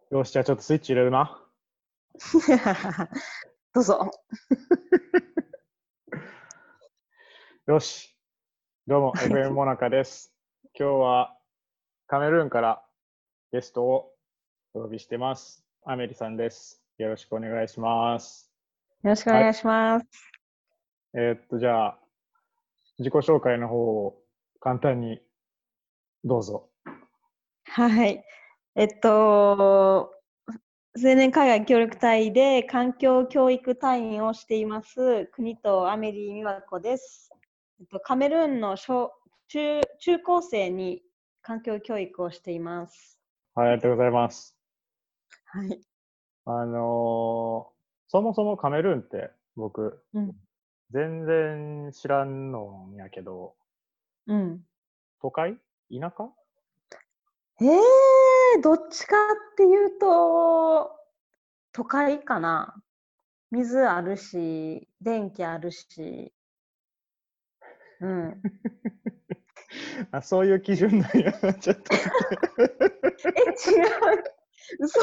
よし、じゃあちょっとスイッチ入れるな。 どうぞ。 よし。どうも、FM モナカです。今日はカメルーンからゲストをお呼びしてます。アメリさんです。よろしくお願いします。 よろしくおはい。 願いします。 じゃあ、自己紹介の方を簡単にどうぞ。 はい。青年海外協力隊で環境教育隊員をしています、国とアメリ美和子です。カメルーンの中高生に環境教育をしています。 はい、ありがとうございます。 はい。 そもそもカメルーンって僕、 うん。 全然知らんのんやけど、 うん。 都会田舎どっちかっていうと、都会かな。水あるし、電気あるし、うん。 あ、そういう基準なんや。ちょっと待って。 違う。嘘。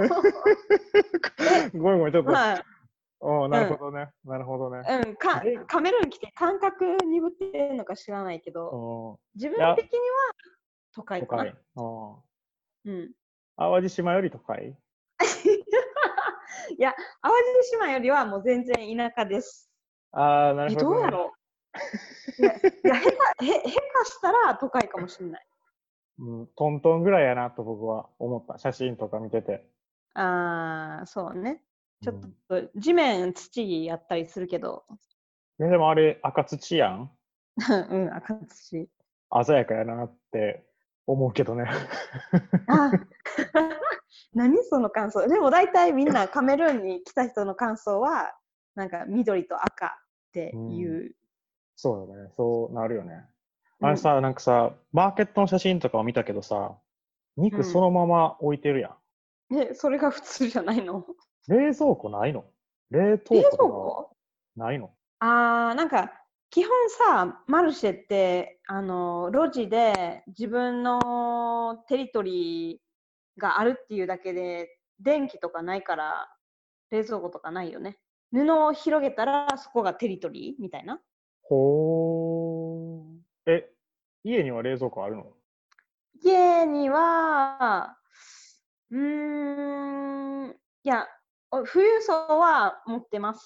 ごめんごめん、ちょっと。 はい。 なうん。 るほどね。なるほどね。 うん。 で、 カメルーン来て感覚鈍ってるのか知らないけど、 うん、 自分いや、 的には都会かな。 都会。 うん。 淡路島より都会。 いや、淡路島よりはもう全然田舎です。 ああ、なるほどね。 どうやろう。いや、下手したら都会かもしれない。 うん、トントンぐらいやなと僕は思った。写真とか見てて。 ああ、そうね。ちょっうん、 と地面土やったりするけど、 でもあれ、赤土やん。 うん、赤土。 鮮やかやなって思うけどね。 あ、何その感想。でも大体みんなカメルーンに来た人の感想は、なんか緑と赤ってうん、 いう。 そうだね。そうなるよね。 うん。 あれさ、なんかさ、マーケットの写真とかを見たけどさ、肉そうん。 のまま置いてるやん。 それが普通じゃないの？ 冷蔵庫ないの？冷冷凍庫とか蔵庫。 ないの？ なんか、基本さ、マルシェって、路地で自分のテリトリーがあるっていうだけで、電気とかないから、冷蔵庫とかないよね。布を広げたら、そこがテリトリーみたいな。 ほー。家には冷蔵庫あるの？ 家には、うーん、いや、富裕層は持ってます。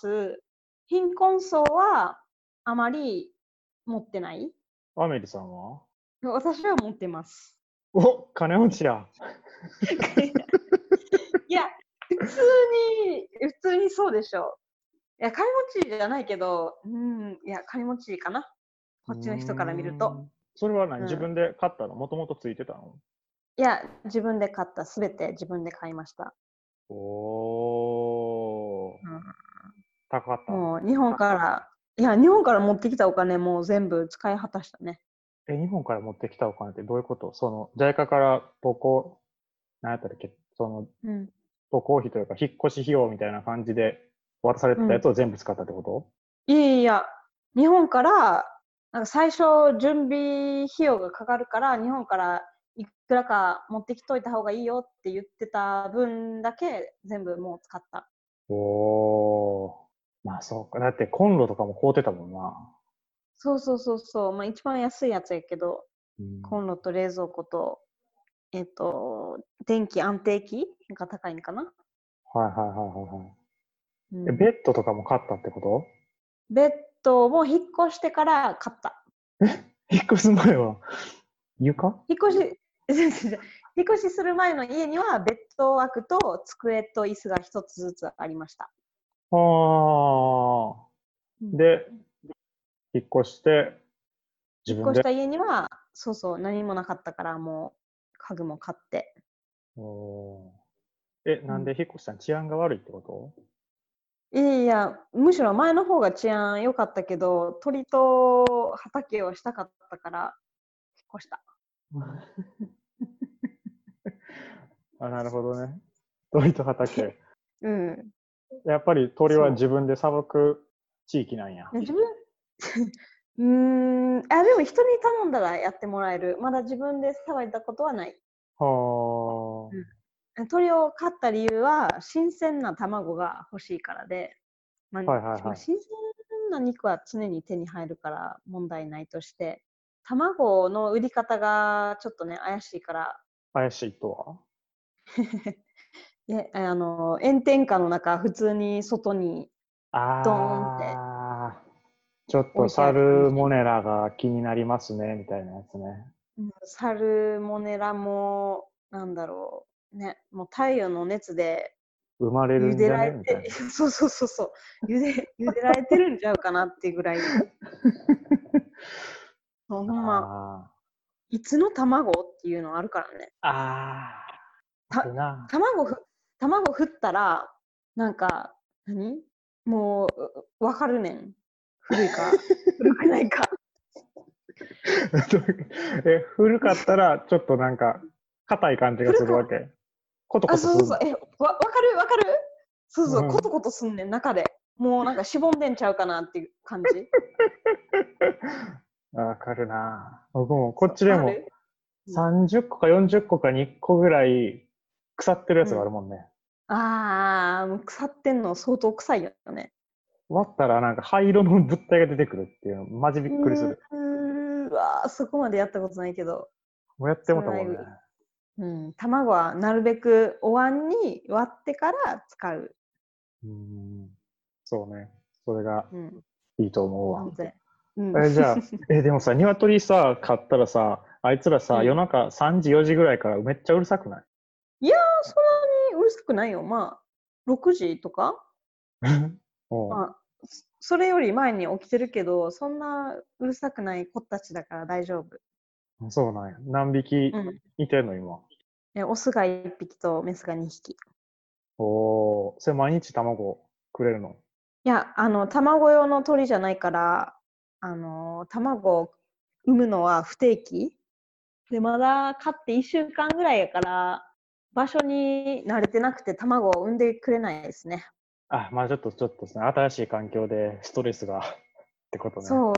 貧困層はあまり持ってない。 アメリさんは？ 私は持ってます。 お、金持ちや。 いや、普通にそうでしょう。いや、金持ちじゃないけど、いや、金持ちかな。 うこっちの人から見ると。 ーん。それは何？ うん。 自分で買ったの？もともとついてたの？ いや、自分で買った。すべて自分で買いました。 おー。 うん。 高かった？ もう日本から持ってきたお金もう全部使い果たしたね。 日本から持ってきたお金ってどういうこと？その、JICA から何やったっけ？その、 うん。 渡航費というか、引っ越し費用みたいな感じで渡されてたやうん。 つを全部使ったってこと？ いやいや、日本から、なんか最初準備費用がかかるから、日本からいくらか持ってきといた方がいいよって言ってた分だけ全部もう使った。 おー。まあそうか。だってコンロとかも買うてたもんな。 そう。まあ一番安いやつやけど、 うん。 コンロと冷蔵庫と、電気安定器が高いのかな。 はい。ベうん。 ッドとかも買ったってこと？ ベッドも引っ越してから買った。 引っ越す前は床？ 引っ越し、引っ越しする前の家にはベッド枠と机と椅子が一つずつありました。 ああ。 うん、 で、引っ越して自分で。 引っ越した家には、何もなかったからもう家具も買って。 おうん、 なんで引っ越したん？治安が悪いってこと？ いやいや、むしろ前の方が治安良かったけど、鳥と畑をしたかったから引っ越した。 あ、なるほどね。鳥と畑。 うん、 やっぱり鳥はそ自分でさばく地域なんや。 う。自分でも人に頼んだらやってもらえる。まだ自分でさばいたことはない。 はあ。 鳥を飼った理由は新鮮な卵が欲しいからで、まあ新鮮な肉は常に手に入るから問題ないとして、卵の売り方がちょっとね怪しいから。 怪しいとは炎天下の中普通に外にドーンってちょっとサルモネラが気になりますねみたいなやつね。 サルモネラもなんだろうね、もう太陽の熱で生まれるんじゃねみたいな。 そう茹でられてるんちゃうかなっていうぐらいほんまいつの卵っていうのあるからね。卵振ったらなんかもう分かるねん、古いか古くないか古かったらちょっとなんか硬い感じがするわけ。コトコトする。 分かるコトコトすんねん中で。もうなんかしぼんでんちゃうかなっていう感じ。 わかるな。僕もこっちでも30個か40個か2個ぐらい腐ってるやつがあるもんね。 もう腐ってんの相当臭いよね。 割ったらなんか灰色の物体が出てくるっていうのマジびっくりする。 そこまでやったことないけど。 もうやってもたもんね。 卵はなるべくお椀に割ってから使う。 そうね。それがいいと思うわ。 じゃあ、でもさ、鶏さ、買ったらさ、あいつらさ、夜中3時、4時ぐらいからめっちゃうるさくない？ いやー、そんなにうるさくないよ。まあ、6時とかそれより前に起きてるけど、そんなうるさくない子たちだから大丈夫。 そうなんや。何匹いてんの今？ オスが1匹とメスが2匹。 それ毎日卵くれるの？ いや、卵用の鳥じゃないから、卵を産むのは不定期で、まだ飼って1週間ぐらいやから、場所に慣れてなくて卵を産んでくれないですね。 まあちょっとですね、新しい環境でストレスがってことね。 そう、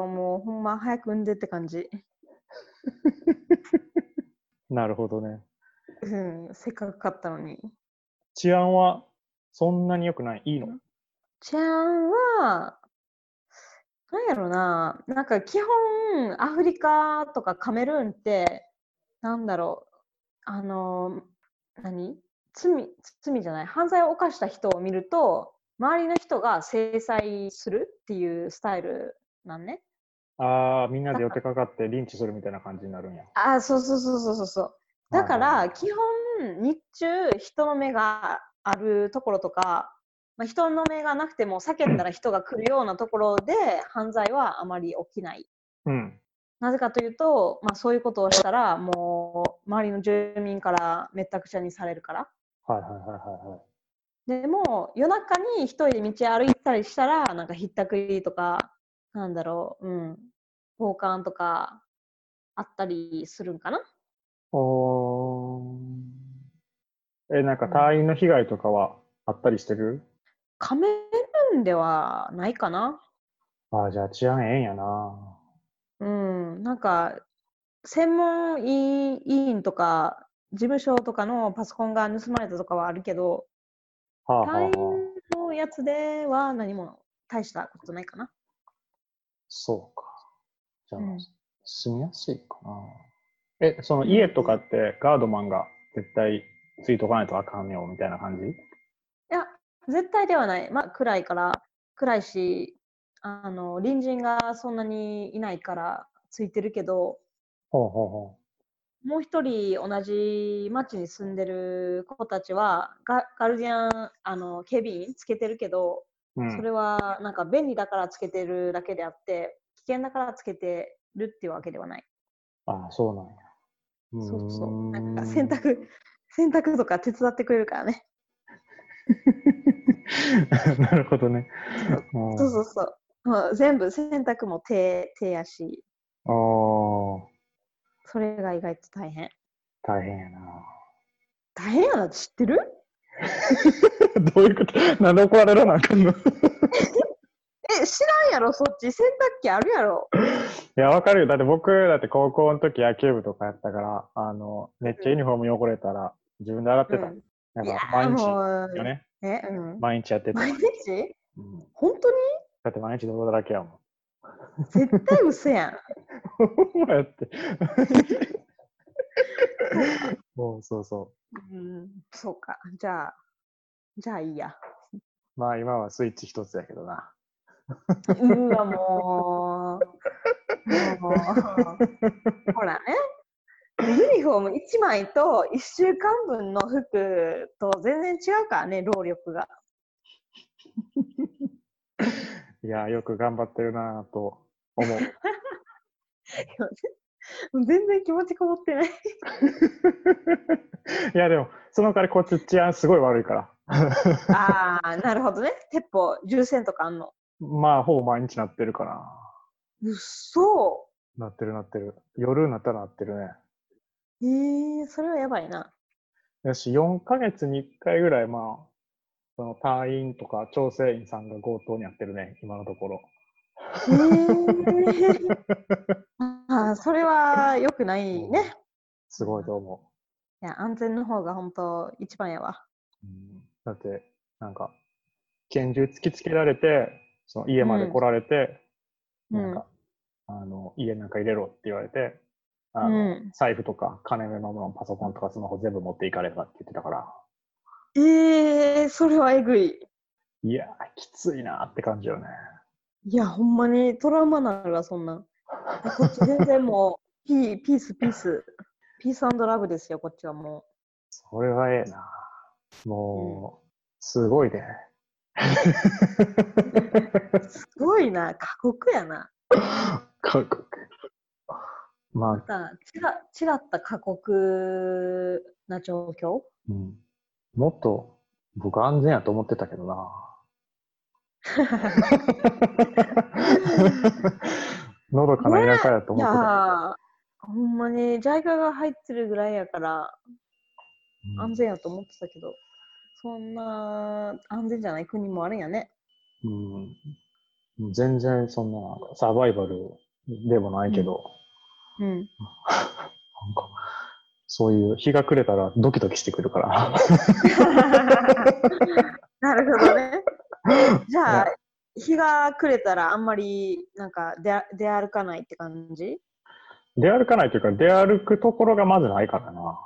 もうほんま早く産んでって感じ。 なるほどね。 せっかく買ったのに。 治安はそんなに良くない？いいの？ 治安は、なんやろな、なんか基本アフリカとかカメルーンってなんだろう、罪じゃない、犯罪を犯した人を見ると周りの人が制裁するっていうスタイルなんね。 みんなで寄ってかかってリンチするみたいな感じになるんや。 そう。だから基本日中人の目があるところとか、人の目がなくても避けたら人が来るようなところで犯罪はあまり起きない。なぜかというと、そういうことをしたらもう周りの住民からめったくちゃにされるから。でも夜中に一人で道歩いたりしたらなんかひったくりとか強姦とかあったりするんかな。 なんか隊員の被害とかはあったりしてる？ カメルーンではないかな。 じゃあ治安ええんやな。 なんか専門委員とか事務所とかのパソコンが盗まれたとかはあるけど、隊員のやつでは何も大したことないかな。 そうか。じゃあ、住みやすいかな。その家とかってガードマンが絶対ついとかないとあかんよみたいな感じ？いや、絶対ではない。暗いし、隣人がそんなにいないからついてるけど、もう一人同じ町に住んでる子たちはガルディアン警備員つけてるけど、それはなんか便利だからつけてるだけであって危険だからつけてるっていうわけではない。 そうなんや。 そうなんか洗濯とか手伝ってくれるからね。 なるほどね。 全部洗濯も手やし、それが意外と大変。 大変やな。 大変やなって知ってる？ どういうこと？なんで怒られるの？知らんやろ、そっち洗濯機あるやろ。 いや、わかるよ。だって僕、高校の時野球部とかやったから、めっちゃユニフォーム汚れたら、 自分で洗ってた。 うん。 なんいやか毎日もよね。 う、うん。 毎日やってた。 毎日うん、 本当にだって毎日泥だらけやもん。 絶対嘘やん。 ほんまやって。 そうか。 もうそうそそうか。じゃあいいや。 う。まあ今はスイッチ一つやけどな。 うわ、もう、ほらね。ユニフォーム1枚と1週間分の服と全然違うからね、労力が。 いや、よく頑張ってるなぁと思う。 全然気持ちこもってない。 いや、でも、その代わりこっち治安すごい悪いから。 ああ、なるほどね。鉄砲、銃声とかあんの。 まあ、ほぼ毎日なってるかな。 うっそなってるなってる。夜になったらなってるね。 それはやばいな。 よし、4ヶ月に1回ぐらい、まあ、その隊員とか調整員さんが強盗にやってるね、今のところ。 それは良くないね。 すごいと思いや、安全の方が本当一番やわ。 う。だって、なんか、拳銃突きつけられて、その家まで来られて、なんか、家なんか入れろって言われて、財布とか金目のもの、パソコンとかスマホ全部持っていかれたって言ってたから。 それはえぐい。 いやー、きついなって感じよね。 いや、ほんまにトラウマなるわ、そんなん。こっち全然もう、ピース。ピースラブですよ、こっちはもそれはええな。もう、すごいね。 う。すごいな、過酷やな。 韓国。まあ、 また違った過酷な状況もっと僕安全やと思ってたけどな。のどかな田舎やといや思ってたけー、ほんまに、ジャイカが入ってるぐらいやから、 ど。 安全やと思ってたけど、そんな安全じゃない国もあるんやね。 全然そんなサバイバルでもないけど、なんかそういう日が暮れたらドキドキしてくるから。 なるほどね。じゃあ、日が暮れたらあんまりなんか出歩かないって感じ？ 出歩かないというか、出歩くところがまずないからな。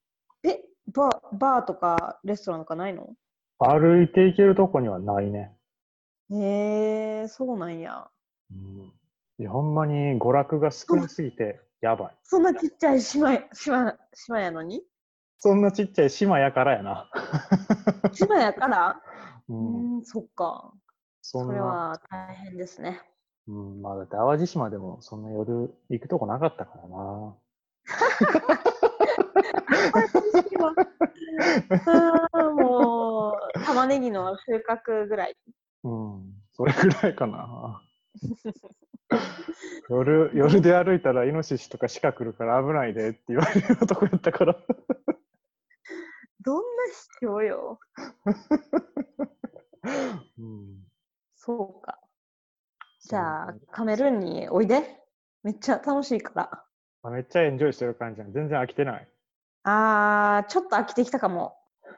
バーとかレストランとかないの？ 歩いていけるとこにはないね。 そうなんや。 いやほんまに娯楽が少なすぎてやばい。 そんなちっちゃい島やのに？ そんなちっちゃい島やからやな。 島やから？ うん、 そっか。それそんな、 は大変ですね。 まあだって淡路島でもそんな夜行くとこなかったからな。 もう玉ねぎの収穫ぐらい。 それぐらいかな。夜で歩いたらイノシシとか鹿来るから危ないでって言われるとこやったから。 どんな秘境よ。そうか。じゃあ、カメルーンにおいで。めっちゃ楽しいから。 めっちゃエンジョイしてる感じやん。全然飽きてない。 ちょっと飽きてきたかも。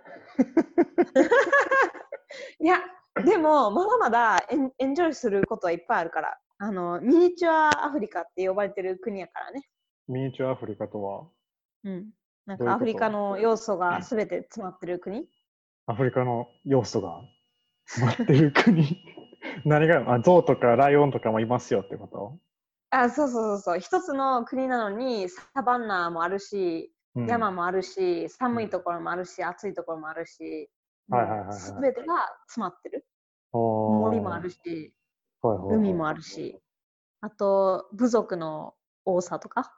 いや、でも、まだまだエンジョイすることはいっぱいあるから。ミニチュアアフリカって呼ばれてる国やからね。 ミニチュアアフリカとはなんかアフリカの要素がすべて詰まってる国。 アフリカの要素が詰まってる国。何が象とかライオンとかもいますよってこと？ そう。一つの国なのにサバンナもあるし、山もあるし、寒いところもあるし、暑いところもあるし、すべてが詰まってる。森もあるし、海もあるし、あと部族の多さとか。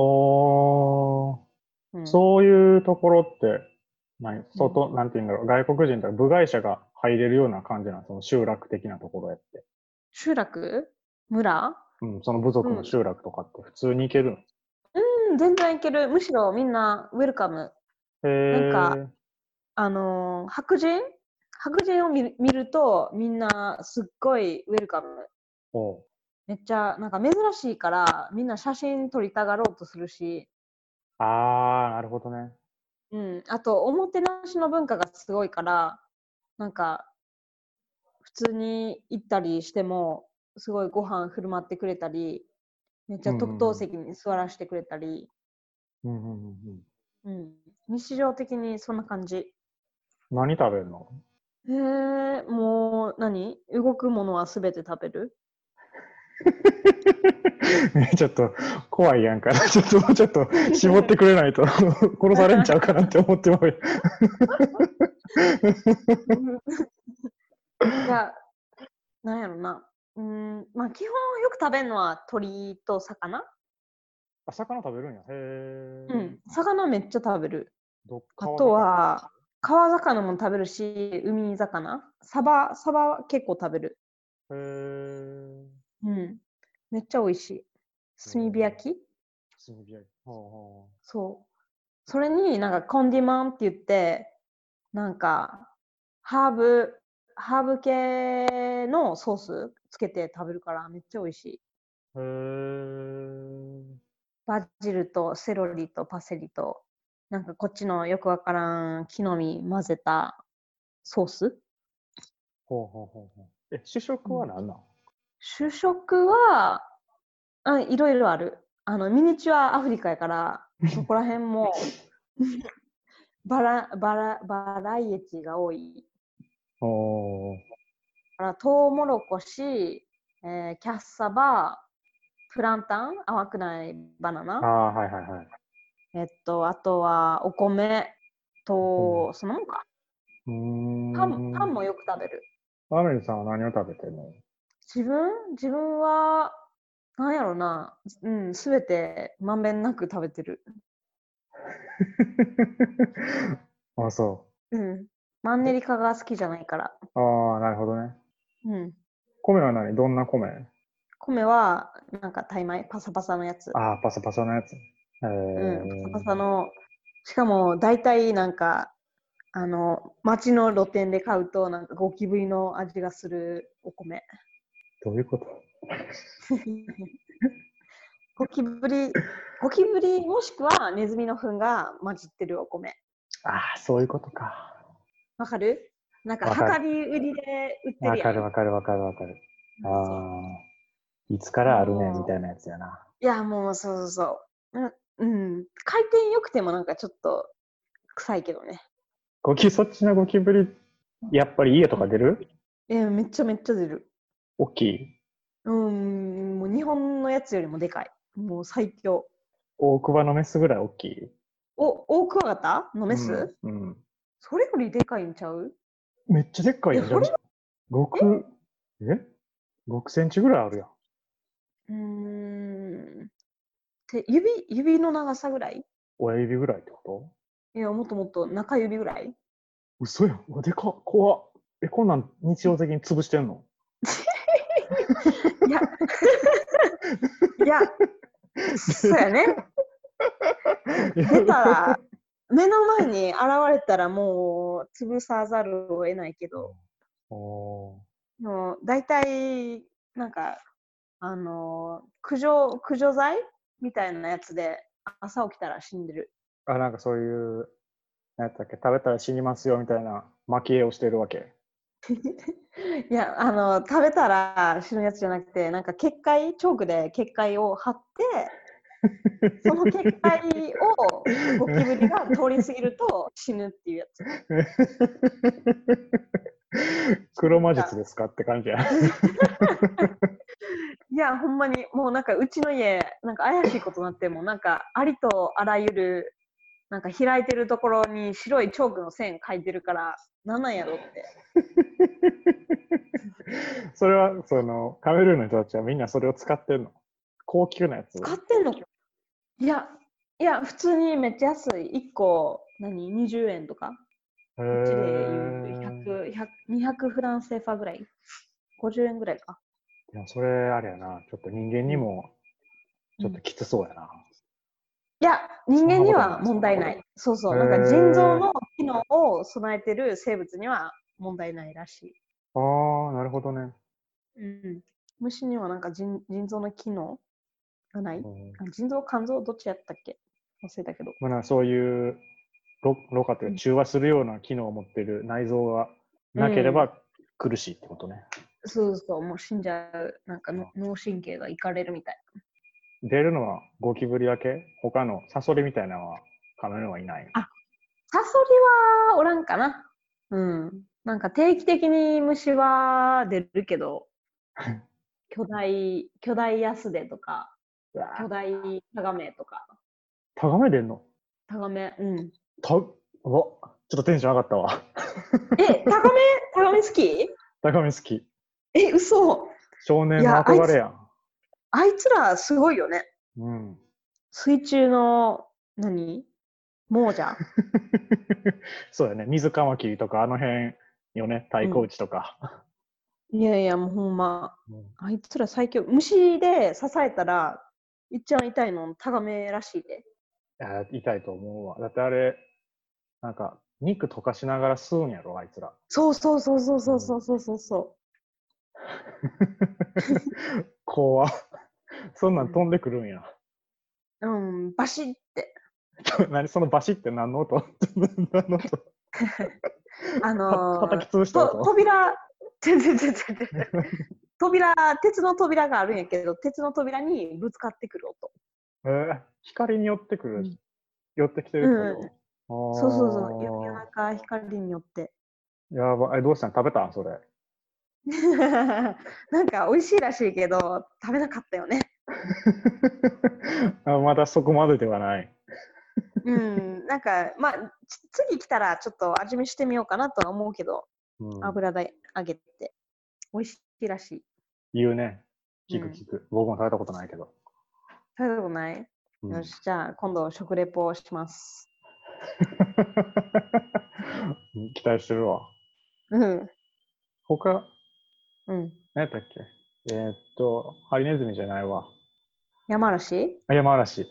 そういうところって、なんていうんだろう、外国人とか部外者が入れるような感じなの、その集落的なところやって。 集落？村？ その部族の集落とかって普通に行けるの？全然行ける。むしろみんなウェルカム。なんか、白人を見るとみんなすっごいウェルカム。めっちゃなんか珍しいからみんな写真撮りたがろうとするし。 なるほどね。 うん、あと、おもてなしの文化がすごいから、なんか、普通に行ったりしても、すごいご飯振る舞ってくれたり、めっちゃうんう特等ん席に座らせてくれたり、 うんうんうんうん。 うん、日常的にそんな感じ。 何食べるの？ へえ、もう動くものはすべて食べる？ ちょっと怖いやんか。もうちょっと絞ってくれないと殺されんちゃうかなって思ってもいいや、なんやろな。まあ基本よく食べるのは鶏と魚。 あ、魚食べるんや。へえ。 うん、魚めっちゃ食べる。あと川魚とか。 は、川魚も食べるし、海魚。サバ結構食べる。 へえ。 うん。めっちゃ美味しい。炭火焼き。 炭火焼き。はそう。それになんかコンディマンって言って、なんかハーブ、ハーブ系のソースつけて食べるからめっちゃ美味しい。 あはあ。へえ。 バジルとセロリとパセリと、なんかこっちのよくわからん木の実混ぜたソース。 ほうほうほうほう。主食は何なん？ 主食は、いろいろある。ミニチュアアフリカやから、そこら辺もバラエティが多い。 おー。 トウモロコシ、キャッサバ、プランタン、甘くないバナナ。 ああ、はいはいはい。 あとはお米うんと、そのもんか。 うーパンん。 もよく食べる。 アメリさんは何を食べてるの？ 自分は、なんやろな、すべてまんべんなく食べてる。 あ、そうん。マンう。 ネリ化が好きじゃないから。 ああ、なるほどね。 うん。 米は何？どんな米？ 米は、なんかタイ米、パサパサのやつ。 ああ、パサパサのやつ。 うん、パサパサの、しかも大体なんか、町の露店で買うと、なんかゴキブリの味がするお米。 どういうこと？ ゴキブリ、ゴキブリもしくはネズミの糞が混じってるお米。 ああ、そういうことか。 わかる？なんか、 わかる。 量り売りで売ってわるやん。 かるわかるわかるわかる。あそう。 あ、いつからあるねみもたいなやつやな。 いや、もう、そうそうそう。回転良くてもなんかちょっと臭いけどね。 そっちのゴキブリ、やっぱり家とうん。 か出る？ めっちゃめっちゃ出る。 大きい？ もう日本のやつよりもでかい。もう最強。 大桑のメスぐらい大きい？ オオクワガタのメうん、 ス？ うん。 それよりでかいんちゃう？ めっちゃでっかいやん。じゃあ、 それは、え 6、6センチぐらいあるやん。 うーん。指の長さぐらい？ 親指ぐらいってこいや、もっともっと中指ぐらい？ と？嘘やん。うわ、でかっ。怖っ。こんなん日常的に潰してんの？ いや、いや、そうやね。出たら、目の前に現れたらもう潰さざるを得ないけど、 おー。 でも大体、なんか、駆除剤みたいなやつで朝起きたら死んでる。 あ、なんかそういう、何やったっけ、食べたら死にますよみたいな蒔絵をしてるわけ。 いや、食べたら死ぬやつじゃなくて、なんかチョークで結界を貼って、その結界をゴキブリが通り過ぎると死ぬっていうやつ。 黒魔術ですかって感じや。 いや、ほんまに、もうなんかうちの家、なんか怪しいことになっても、なんかありとあらゆる、なんか開いてるところに白いチョークの線書いてるから、なんなんやろって。 それは、カメルーンの人たちはみんなそれを使ってんの？高級なやつ？ 使ってんの？いや、普通にめっちゃ安い。1個、20円とか。 へこっちで言うー。 200フランセーファぐらい。50円ぐらいか。 でもそれあれやな、ちょっと人間うん。 にもちょっときつそうやな。 いや、人そんな間にはことない？ 問題ない。そうそへう。なんか腎臓ー。 の機能を備えてる生物には問題ないらしい。 ああ、なるほどね。 うん。虫にはなんか腎臓の機能がない。 うん、 腎臓、肝臓、どっちやったっけ？忘れたけど。 そういうろ過というか中和するような機能を持っている内臓がなければ苦しいってことね。 そうそう、もう死んじゃう。なんかの脳神経がいかれるみたい出るのはゴキブリだけ？他のサソリみたいなのはカメルーンはいない？ な。あ、サソリはおらんかな。うん。なんか定期的に虫は出るけど、巨大ヤスデとか、巨大タガメとか。 タガメ出んの？ タガメ、うん。 うわ、ちょっとテンション上がったわ。 タガメ好き？ タガメ好き。 嘘。 少年の憧れやん。 あいつらすごいよね。 うん。 水中の、亡者。 そうやね。水カマキリとかあの辺よね。太鼓打ちとか。 いやいや、もうほんま。 うん、 あいつら最強。虫で刺されたら、一番痛いのタガメらしいで。 痛いと思うわ。だってあれ、なんか肉溶かしながら吸うんやろ、あいつら。 そうそうそうそうそうそうそうそう。 怖そんなん飛んでくるんや。 うん、バシッて。 何そのバシって何の音？何の音？叩き潰した音？ 扉、鉄の扉があるんやけど、鉄の扉にぶつかってくる音。 光に寄ってくる、 うん、 寄ってきてるってうん、 こそうそうそう、夜と？ 中光によって。 やばい。どうしたん？食べたんそれ？ なんか美味しいらしいけど、食べなかったよね。 まだそこまでではない。 うん、なんか、まあ、次来たらちょっと味見してみようかなとは思うけど、 うん、 油で揚げて、美味しいらしい。 言うね。聞くうん、 聞く。僕も食べたことないけど。 食べたことない？ うん、 よし、じゃあ今度食レポをします。 期待してるわ。 うん。 他、 うん。 何やったっけ？ハリネズミじゃないわ。 山梨山嵐。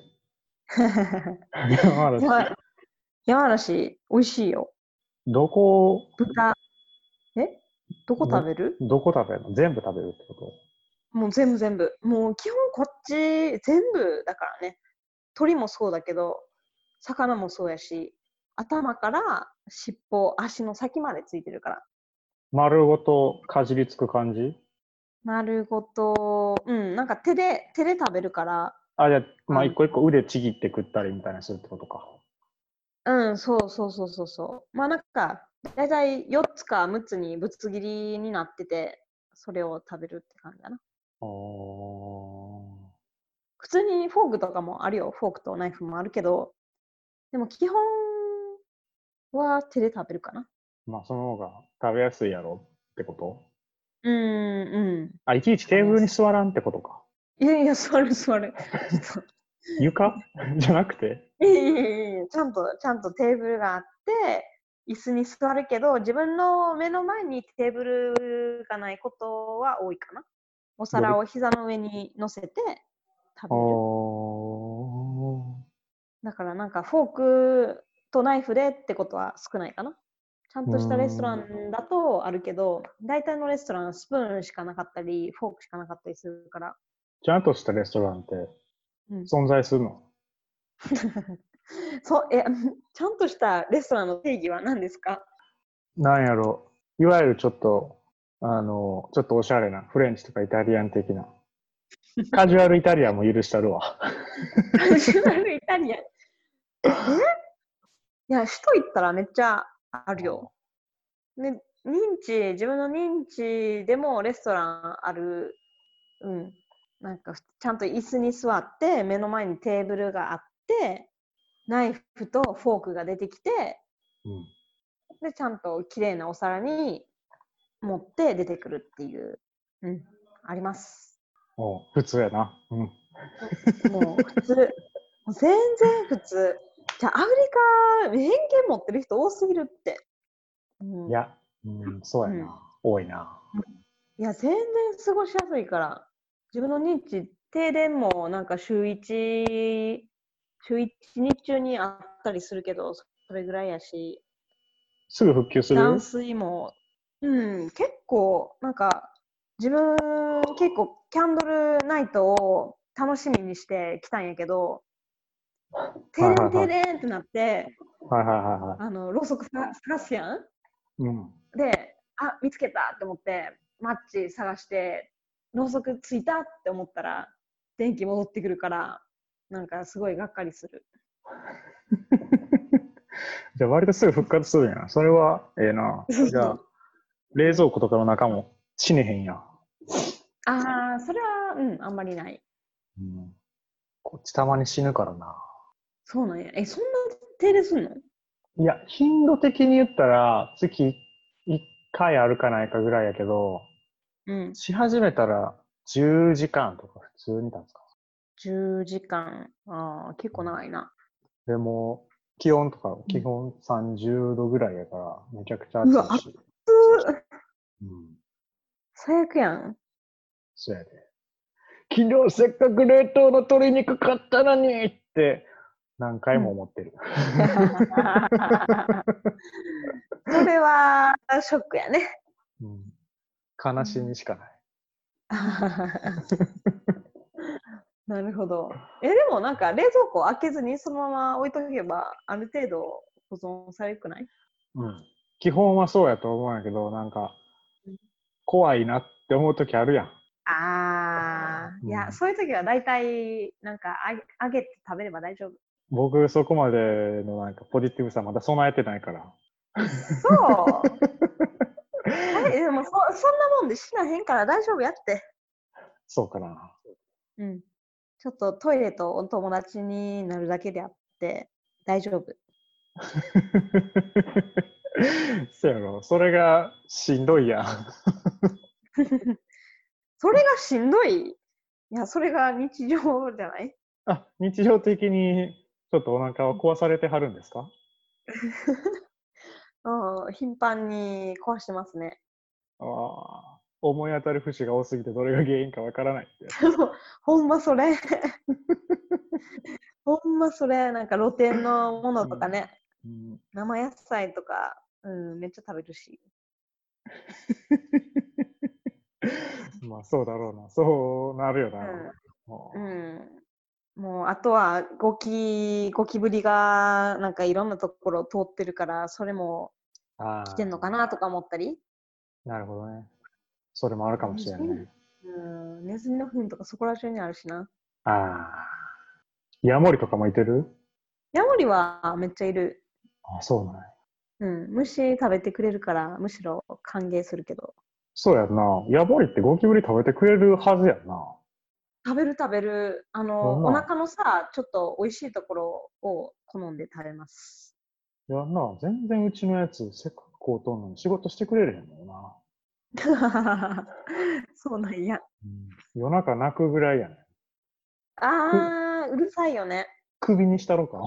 山嵐。 山山梨、美味しいよ。 どこ、 豚、えどこ食べる？ どこ食べるの？全部食べるってこもう全部全部。もう基本こっち全部だからね。鳥もそうだけど、魚もそうやし、頭から尻尾、足の先までついてるから。 と？丸ごとかじりつく感じ？ 丸ごと、なんか手で食べるから、 じゃあ、まあ、 あの一個一個腕ちぎって食ったりみたいなするってことか。 そうそうそうそうそう。まあなんか、だいたい4つか6つにぶつ切りになってて、それを食べるって感じだな。普通にフォークとかもあるよ。フォークとナイフもあるけど、でも基本は手で食べるかな。 まあ、その方が食べやすいやろってこと？ うん。 いちいちテーブルに座らんってことか。 いやいや、座る座る。 床じゃなくて？ いやちゃんとテーブルがあって、椅子に座るけど、自分の目の前にテーブルがないことは多いかな。お皿を膝の上に乗せて食べる。だからなんかフォークとナイフでってことは少ないかな。ちゃんとしたレストランだとあるけど、大体のレストランスプーンしかなかったり、フォークしかなかったりするから。 ちゃんとしたレストランって存在するの？ そう、ちゃんとしたレストランの定義は何ですか？ なんやろ。いわゆるちょっと、ちょっとおしゃれなフレンチとかイタリアン的な。カジュアルイタリアンも許したるわ。 カジュアルイタリアン。いや、首都行ったらめっちゃあるよ。で、自分の認知でもレストランある。なんかちゃんと椅子に座って、目の前にテーブルがあって、ナイフとフォークが出てきて、で、ちゃんと綺麗なお皿に持って出てくるっていう、あります。 普通やな。 もう普通。全然普通。じゃあアフリカ偏見持ってる人多すぎるって。 いや、そうやな。多いな。 いや、全然過ごしやすいから。自分の認知、停電もなんか週1日中にあったりするけど、それぐらいやし。 すぐ復旧する？ 断水も、結構、なんか、自分結構キャンドルナイトを楽しみにしてきたんやけど、停電ってなって、 はいはいはいはい。 ろうそく探すやん。 うん。 で、あ、見つけたって思って、マッチ探して、ろうそくついたって思ったら、電気戻ってくるから、なんかすごいがっかりする。 じゃあ割とすぐ復活するんやな。それはええな。じゃあ、 そうそう。 冷蔵庫とかの中も死ねへんやん。 ああ、それは、あんまりない。 うん、こっちたまに死ぬからな。 そうなんや。そんな停電すんの？ いや、頻度的に言ったら、月1回あるかないかぐらいやけど、 うん。 し始めたら10時間とか普通に経つか。 10時間。ああ、結構長いな。 でも、気温とかうん。 基本30度ぐらいやから、めちゃくちゃうわ、熱暑いし。 っ。 うん。 最悪やん。 そうやで。昨日せっかく冷凍の鶏肉買ったのにって何回もうん。 思ってる。 それはショックやね。 うん、悲しみしかない。 なるほど。でもなんか冷蔵庫開けずにそのまま置いとけばある程度保存されるくない？ うん。基本はそうやと思うんやけど、なんかうん。 怖いなって思う時あるやん。 ああ、いや、 うん、 そういう時は大体なんかあげて食べれば大丈夫。 僕そこまでのなんかポジティブさまだ備えてないから。 うっそ。でもそんなもんで死なへんから大丈夫やって。 そうかな。 うん。ちょっとトイレとお友達になるだけであって大丈夫。 そうやろ。それがしんどいやん。 それがしんどい。いや、それが日常じゃない？ あ、日常的にちょっとお腹を壊されてはるんですか？ うん、頻繁に壊してますね。 ああ、思い当たる節が多すぎてどれが原因かわからないってやつ。 ほんまそれ。ほんまそれ。なんか露店のものとかね、 うん。 生野菜とか、めっちゃ食べるし。 まあそうだろうな。そうなるよな。 うん。 ももうあとはゴキブリがなんかいろんなところを通ってるからそれもう、 来てんあのかなとか思ったり。 あ、なるほどね。それもあるかもネズミ、 しれんね。 ネズミの糞とかそこら中にあるしな。 ああ、ヤモリとかもいてる？ ヤモリはめっちゃいる。 あ、そうなんや。 虫食べてくれるからむしろ歓迎するけど。 そうやんな。ヤモリってゴキブリ食べてくれるはずやんな。 食べる食べる。おやんな。 腹のさ、ちょっと美味しいところを好んで食べます。 やんな。全然うちのやつ、せっかくこうとんのに仕事してくれるへんもんな。 そうなんや。 うん、夜中泣くぐらいやねん。 うるさいよね。 首にしたろか。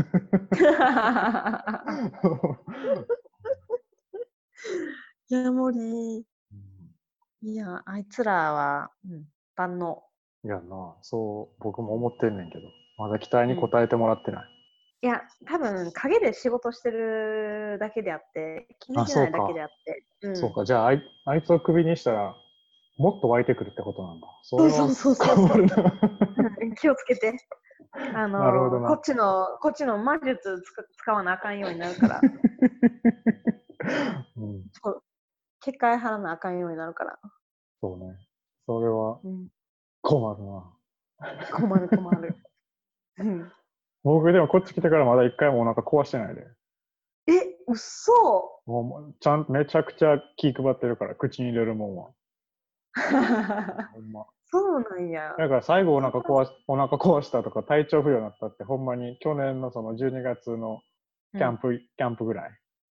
ヤモリ。いや、あいつらは、万能。 いやな、そう僕も思ってんねんけど、まだ期待にうん。 応えてもらってない。 いや、多分陰で仕事してるだけであって、気づあ、 けないだけそうか。 であって。 そうか。じゃあ、あいつを首にしたら、もっと湧いてくるってことなんだ。それはそうそうそうそうそう。 困るな。 気をつけて。 なるほどな。 こっちの魔術使わなあかんようになるから。 うん、 そう。結界張らなあかんようになるから。 そうね。それはうん。 困るな。 困る困る。うん。 僕でもこっち来てからまだ一回もお腹壊してないで。 うっそ。 もうちゃんめちゃくちゃ気配ってるから、口に入れるもんは。ほんま。 そうなんや。 だから最後お腹壊したとか体調不良になったってほんまに去年のその12月のうん。 キャンプぐらい。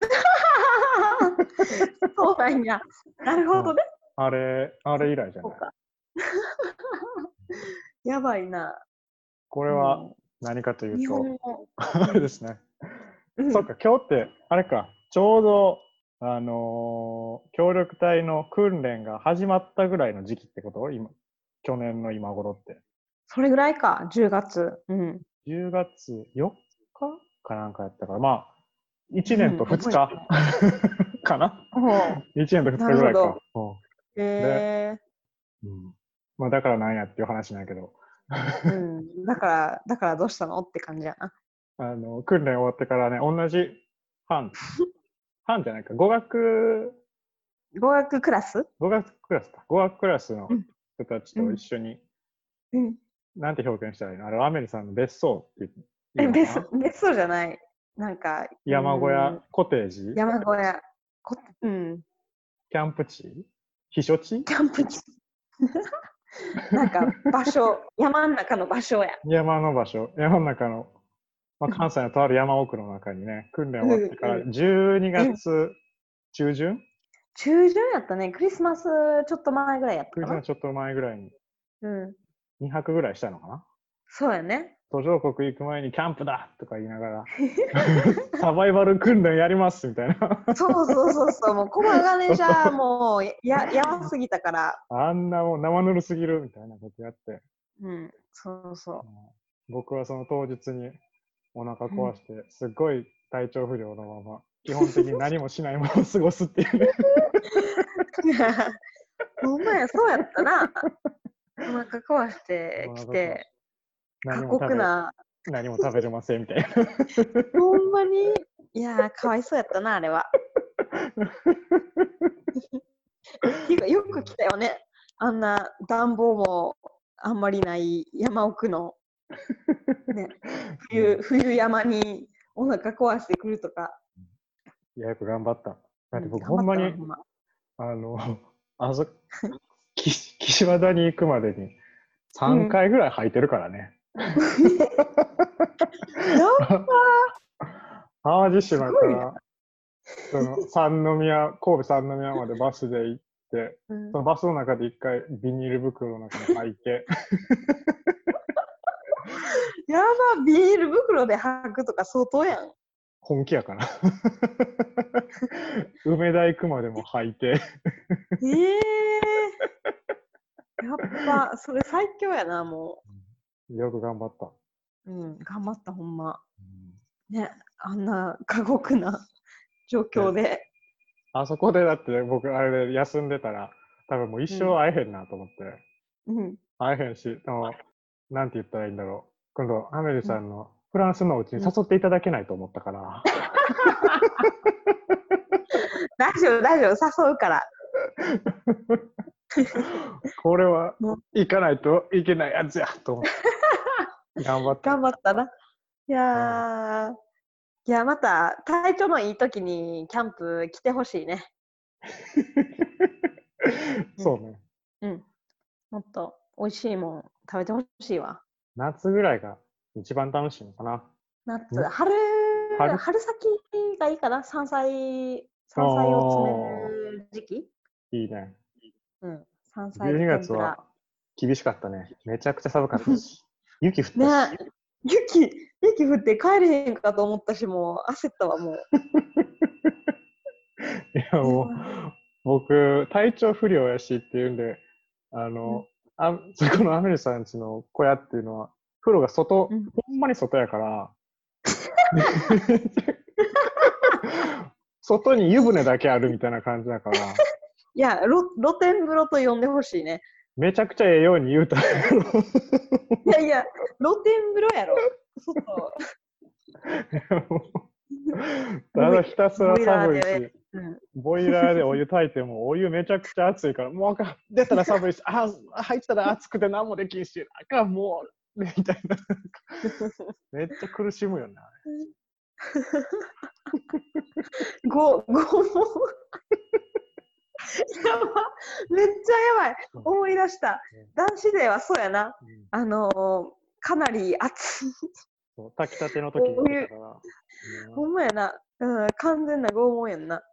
そうなんや。なるうん、 ほどね。 あれ以来じゃない。 そうか。やばいな。 これはも何かという、日うと、 本の、 あれですね。そっか、 うん。 今日って、あれか、ちょうど、協力隊の訓練が始まったぐらいの時期ってこと今、去年の今頃って。 それぐらいか、10月。 10月4日かなんかやったから、まあ、1年と2 覚えて日ない。 かな？ ほ 1 年と2 う、な日ぐらいか。 るほど。 で、 えうん、まあだからなんやっていう話なんやけど。 だからどうしたのって感じやな。 訓練終わってからね、同じ班じゃないか、語学語学クラス。 語学クラスか。語学クラスのうん人たちと一緒に、 うん、 なんて表現したらいいの、あれ、アメリさんの別荘っていうのかな。 別荘じゃない。なんか、 山小屋、コテージ、 山小屋、うん、 キャンプ地、避暑地、 キャンプ地。なんか場所、山の中の場所や。 山の中の、関西のとある山奥の中にね、訓練終わってから12月中旬、 中旬やったね。クリスマスちょっと前ぐらいやったかな。 クリスマスちょっと前ぐらいにうん。 2泊ぐらいしたのかな。 そうやね。 途上国行く前にキャンプだとか言いながらサバイバル訓練やりますみたいな。 そう、もう駒ヶ根じゃもうやばすぎたから。 あんなもう生ぬるすぎるみたいなことやって、 そう。 僕はその当日にお腹壊して、すっごい体調不良のまま、基本的に何もしないまま過ごすっていうね。 ほんまや、そうやったな。お腹壊してきて、過酷な。 何も食べれませんみたいな。 ほんまに、いやかわいそうやったな、あれは。よく来たよね。あんな暖房もあんまりない山奥の、ね、冬山にお腹壊してくるとか。 いや、よく頑張った。だって僕、ほんまに、岸和田に行くまでに3回ぐらい履いてるからね。淡路島から神戸三宮までバスで行って、そのバスの中で一回ビニール袋の中に入ってやば、ビニール袋で履くとか相当やん。 本気やから梅田行くまでも履いてやっぱそれ最強やな、もう。よく頑張った。 頑張ったほんま。ね、あんな過酷な状況で。 あそこでだって僕あれで休んでたら多分もう一生会えへんなと思って、会えへんし、なんて言ったらいいんだろう。今度アメリさんのフランスのうちに誘っていただけないと思ったから。 大丈夫、誘うから。 これは行かないといけないやつやと思って。頑張ったな。いや、また体調のいい時にキャンプ来てほしいね。 そうね。 もっと美味しいもん食べてほしいわ。 夏ぐらいが一番楽しいのかな。 春先がいいかな。山菜を詰める時期。 いいね。 山菜 12月は厳しかったね。めちゃくちゃ寒かったし。雪降ったし。 雪降って帰れへんかと思ったし、もう焦ったわ、もう。 いや、もう、僕、体調不良やしっていうんで、そこのアメリさん家の小屋っていうのは、風呂がほんまに外やから、外に湯船だけあるみたいな感じだから。いや、露天風呂と呼んでほしいね。 めちゃくちゃええように言うたら。 いや、露天風呂やろ。 ただひたすら寒いし、ボイラーでお湯炊いてもお湯めちゃくちゃ熱いから、もう出たら寒いし、入ったら熱くて何もできんし、もう、みたいな。めっちゃ苦しむよな。 拷問。やば、めっちゃやばい。思い出した。男子ではそうやな。かなり熱い。 炊きたての時に言ったから。 ほんまやな。完全な拷問やんな。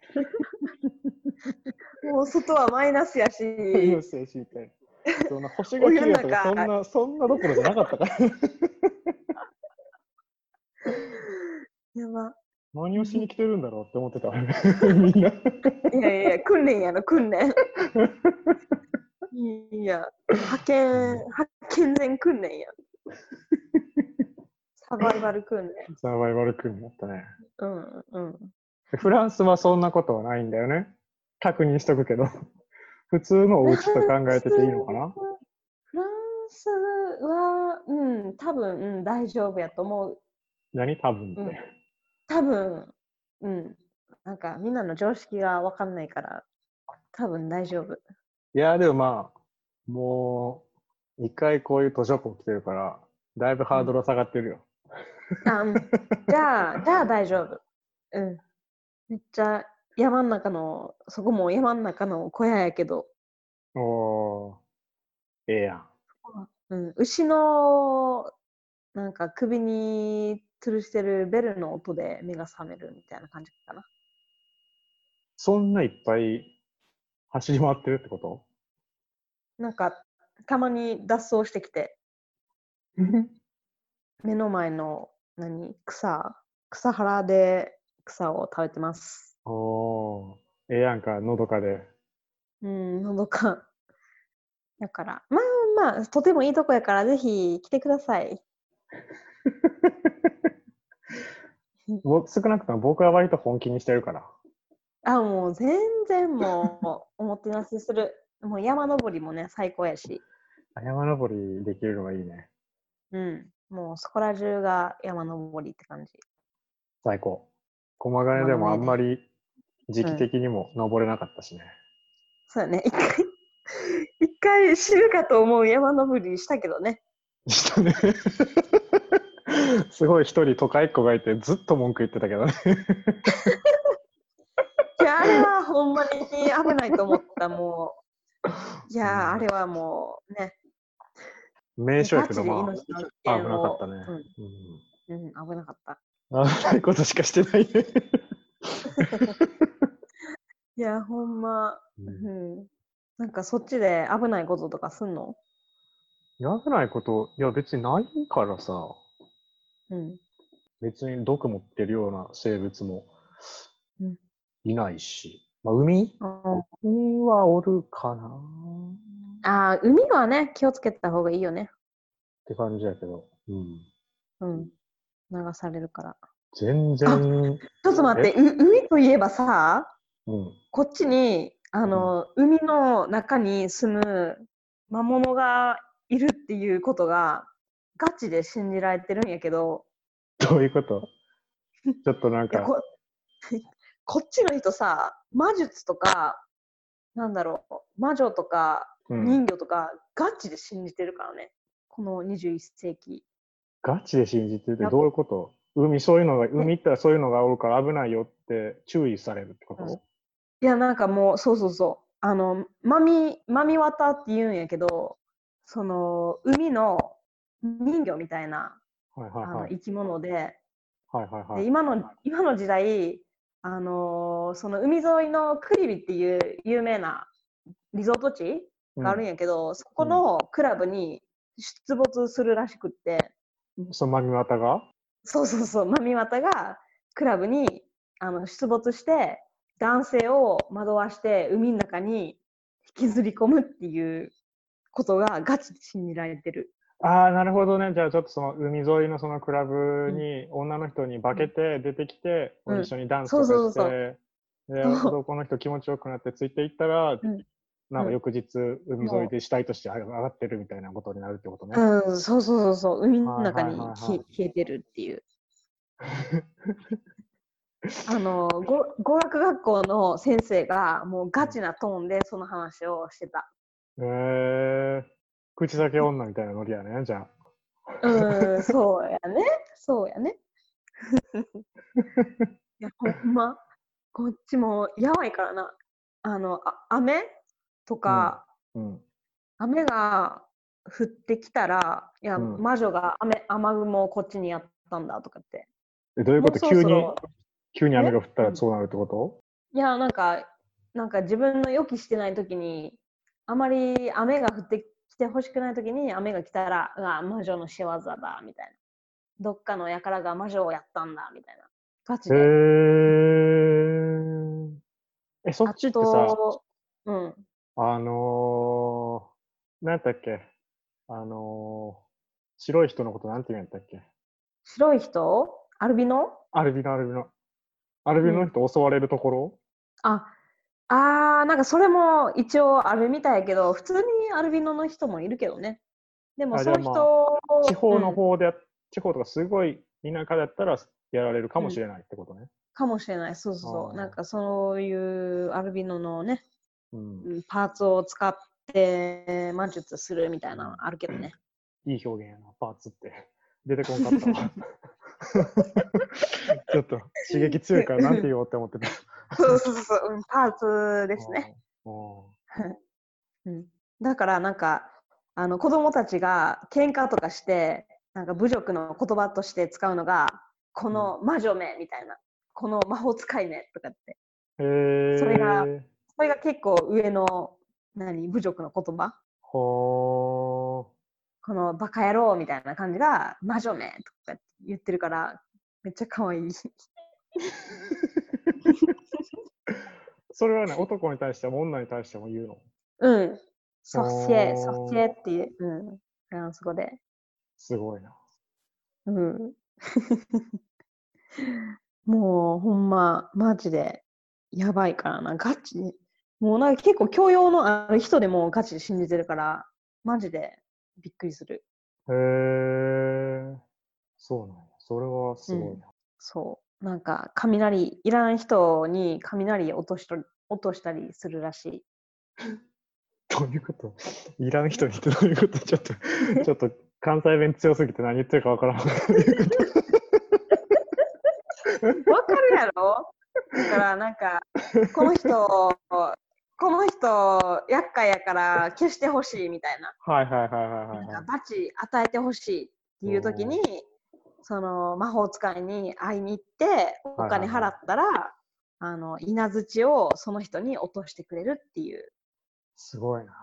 もう外はマイナスやし。マイナスやしみたいな。星が綺麗とかそんなどころじゃなかったから。 やば。 何をしに来てるんだろうって思ってたみんな。 いや、訓練やの、訓練。いや、派遣前訓練や。サバイバル訓練。 サバイバル訓練だったね。 フランスはそんなことはないんだよね。確認しとくけど。普通のお家と考えてていいのかな？ フランスは、多分、大丈夫やと思う。 何多分っうん。 て。 多分、うん。なんかみんなの常識がわかんないから、多分大丈夫。 いや、でもまあ、もう、一回こういう途上国来てるから、だいぶハードルは下がってるよ。 うん。じゃあ大丈夫。うん。めっちゃ山ん中の、そこも山ん中の小屋やけど、 おー、ええやん。 うん。牛の、なんか首に吊るしてるベルの音で目が覚めるみたいな感じかな。 そんないっぱい走り回ってるってこと？ なんか、たまに脱走してきて、目の前の、草原で草を食べてます。 おー、ええやんか、のどかで。 うん、のどか。だから、まあまあ、とてもいいとこやから、ぜひ来てください。 少なくとも僕は割と本気にしてるから。 あ、もう全然もう、おもてなしする。もう山登りもね、最高やし。 山登りできるのがいいね。 うん。もうそこら中が山登りって感じ。 最高。駒ヶ根山でもあの上で。 んまり時期うん。 的にも登れなかったしね。 そうやね。一回死ぬかと思う山登りしたけどね。 したね。すごい一人都会っ子がいてずっと文句言ってたけどね。 いや、あれはほんまに危ないと思った、もう。いや、あれはもうね、 名所やガチでけどま命の危あ、危なかっ険を、 たね。 うん、危なかった。 危ないことしかしてないね。 いや、ほんま、 うん、 うん。なんかそっちで危ないこととかすんの？ 危ないこと、いや別にないからさ、 うん。 別に毒持ってるような生物もうん。 いないし。まあ、海あはおるかなっあ、海はね、気をつけた方がいいよね。 て感じやけど。うん。 うん。流されるから。 全あ、 然、 ちょっと待って、 え海といえばさ、 うん。 こっちに、 うん。 海の中に住む魔物がいるっていうことが、ガチで信じられてるんやけど、 どういうことちょっとなんいや、 か、 こっちの人さ、魔術とか、なんだろう、魔女とかうん。 人魚とか、ガチで信じてるからね。この21世紀。 ガチで信じてるってやどういうこと？ ね、 海行ったらそういうのがおるから危ないよって注意されるってこうん、 と？ いや、なんかもう、そうそうそう。マミワタって言うんやけど、その、海の人魚みたいな、 はいはいはい。 生き物で、で、 はいはいはい。 今の時代、その海沿いのクリビっていう有名なリゾート地があるんうん。 やけど、そこうん。 のクラブに出没するらしくって、 そのマミマタがそうそうそう、マミワタがクラブに出没して、男性を惑わして海の中に引きずり込むっていうことがガチで信じられてる。 ああ、なるほどね。じゃあちょっとその海沿いのそのクラブうん、 に女の人に化うん、 けて出てきて、 うん。 一緒にダンスそうとかそうそうして、で、 そう。 男の人気持ちよくなってついていったら、 うん、 なんうん。 か翌日海沿いもで死体として上がってるみたいなことになるってことね。 う、うん、そうそうそうそう、海のはいはい中にはいはい。 消えてるっていう。語学学校の先生がもうガチなトーンでその話をしてた。 口先女みたいなノリやね、じゃあ。 そうやね。そうやね。いや、ほんま、こっちもやばいからな。雨とうん。 か、 うん。 雨が降ってきたら、いや、 うん。 魔女が雨雲をこっちにやったんだとかって。もうどういうこと？急に雨が降ったらうん。 そうなるってこと？ いや、なんか自分の予期してない時に、あまり雨が降ってきてほしくない時に雨が来たら、うわ、魔女の仕業だ、みたいな。どっかの輩が魔女をやったんだ、みたいな。ガチへで。 ー。そっあちってさ、 と、うん。 あのなんやったっけ？あの白い人のことなんて言うんやったっけ？ 白い人アルビノ。 アルビノ、アルビノ。アルビノのうん。 人襲われるところ？ あ、なんかそれも一応あるみたいやけど、普通にアルビノの人もいるけどね。でもあ、 そのじゃあまあ、 人、 地方うん、 の方で、地方とかすごい田舎だったらやられるかもしれないってことね。 かもしれない。そうそうそう。なんかそういうアルビノのね、パーツを使って魔術するみたいなのあるけどね。 いい表現やな、パーツって。出てこんかったわ。ちょっと刺激強いからなんて言おうって思ってた。 そうそうそう、パーツですね。だからなんか子供たちが喧嘩とかしてなんか侮辱の言葉として使うのがこの魔女めみたいな、この魔法使いねとかって、それが結構上の侮辱の言葉。このバカ野郎みたいな感じが魔女めとか言ってるからめっちゃ可愛い。 それはね、男に対しても女に対しても言うの？ ソシエっていう、フランス語で。 すごいな。 もうほんまマジでやばいからな、ガチに。もうなんか結構教養のある人でもガチで信じてるからマジでびっくりする。 へえ、そうなんや。それはすごいな。 そうなんか雷いらん人に雷落としたりするらしい。 どういうこと？いらん人にってどういうこと？ちょっと関西弁強すぎて何言ってるかわからん。わかるやろ？だからなんかこの人厄介やから消してほしいみたいな。 はい。 なんか罰与えてほしいっていう時にその魔法使いに会いに行ってお金払ったら稲槌をその人に落としてくれるっていう。 すごいな。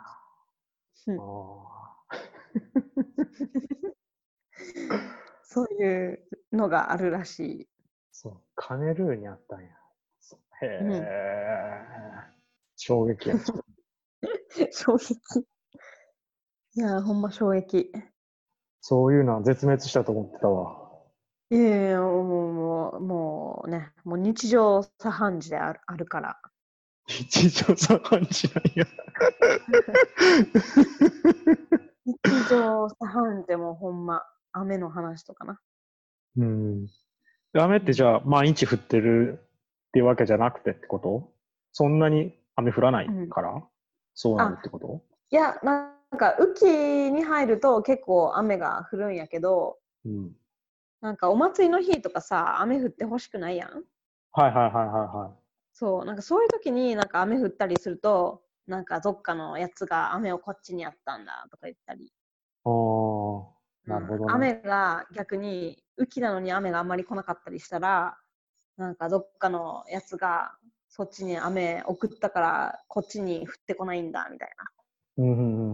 そういうのがあるらしい。 そう、カメルーンにあったんや。へえ、衝撃や。 衝撃。いや、ほんま衝撃。 そういうのは絶滅したと思ってたわ。 いやもうね、もう日常茶飯事であるから。 日常茶飯事なんや。 日常茶飯事もほんま雨の話とかな。 雨ってじゃあ毎日降ってるっていうわけじゃなくてってこと？そんなに雨降らないから、そうなるってこと？ いや、なんか雨季に入ると結構雨が降るんやけど、なんかお祭りの日とかさ、雨降ってほしくないやん。そう、なんかそういう時になんか雨降ったりすると、なんかどっかのやつが雨をこっちにやったんだとか言ったり。 なるほどね。 雨が逆に雨季なのに雨があんまり来なかったりしたら、なんかどっかのやつがそっちに雨送ったからこっちに降ってこないんだみたいな。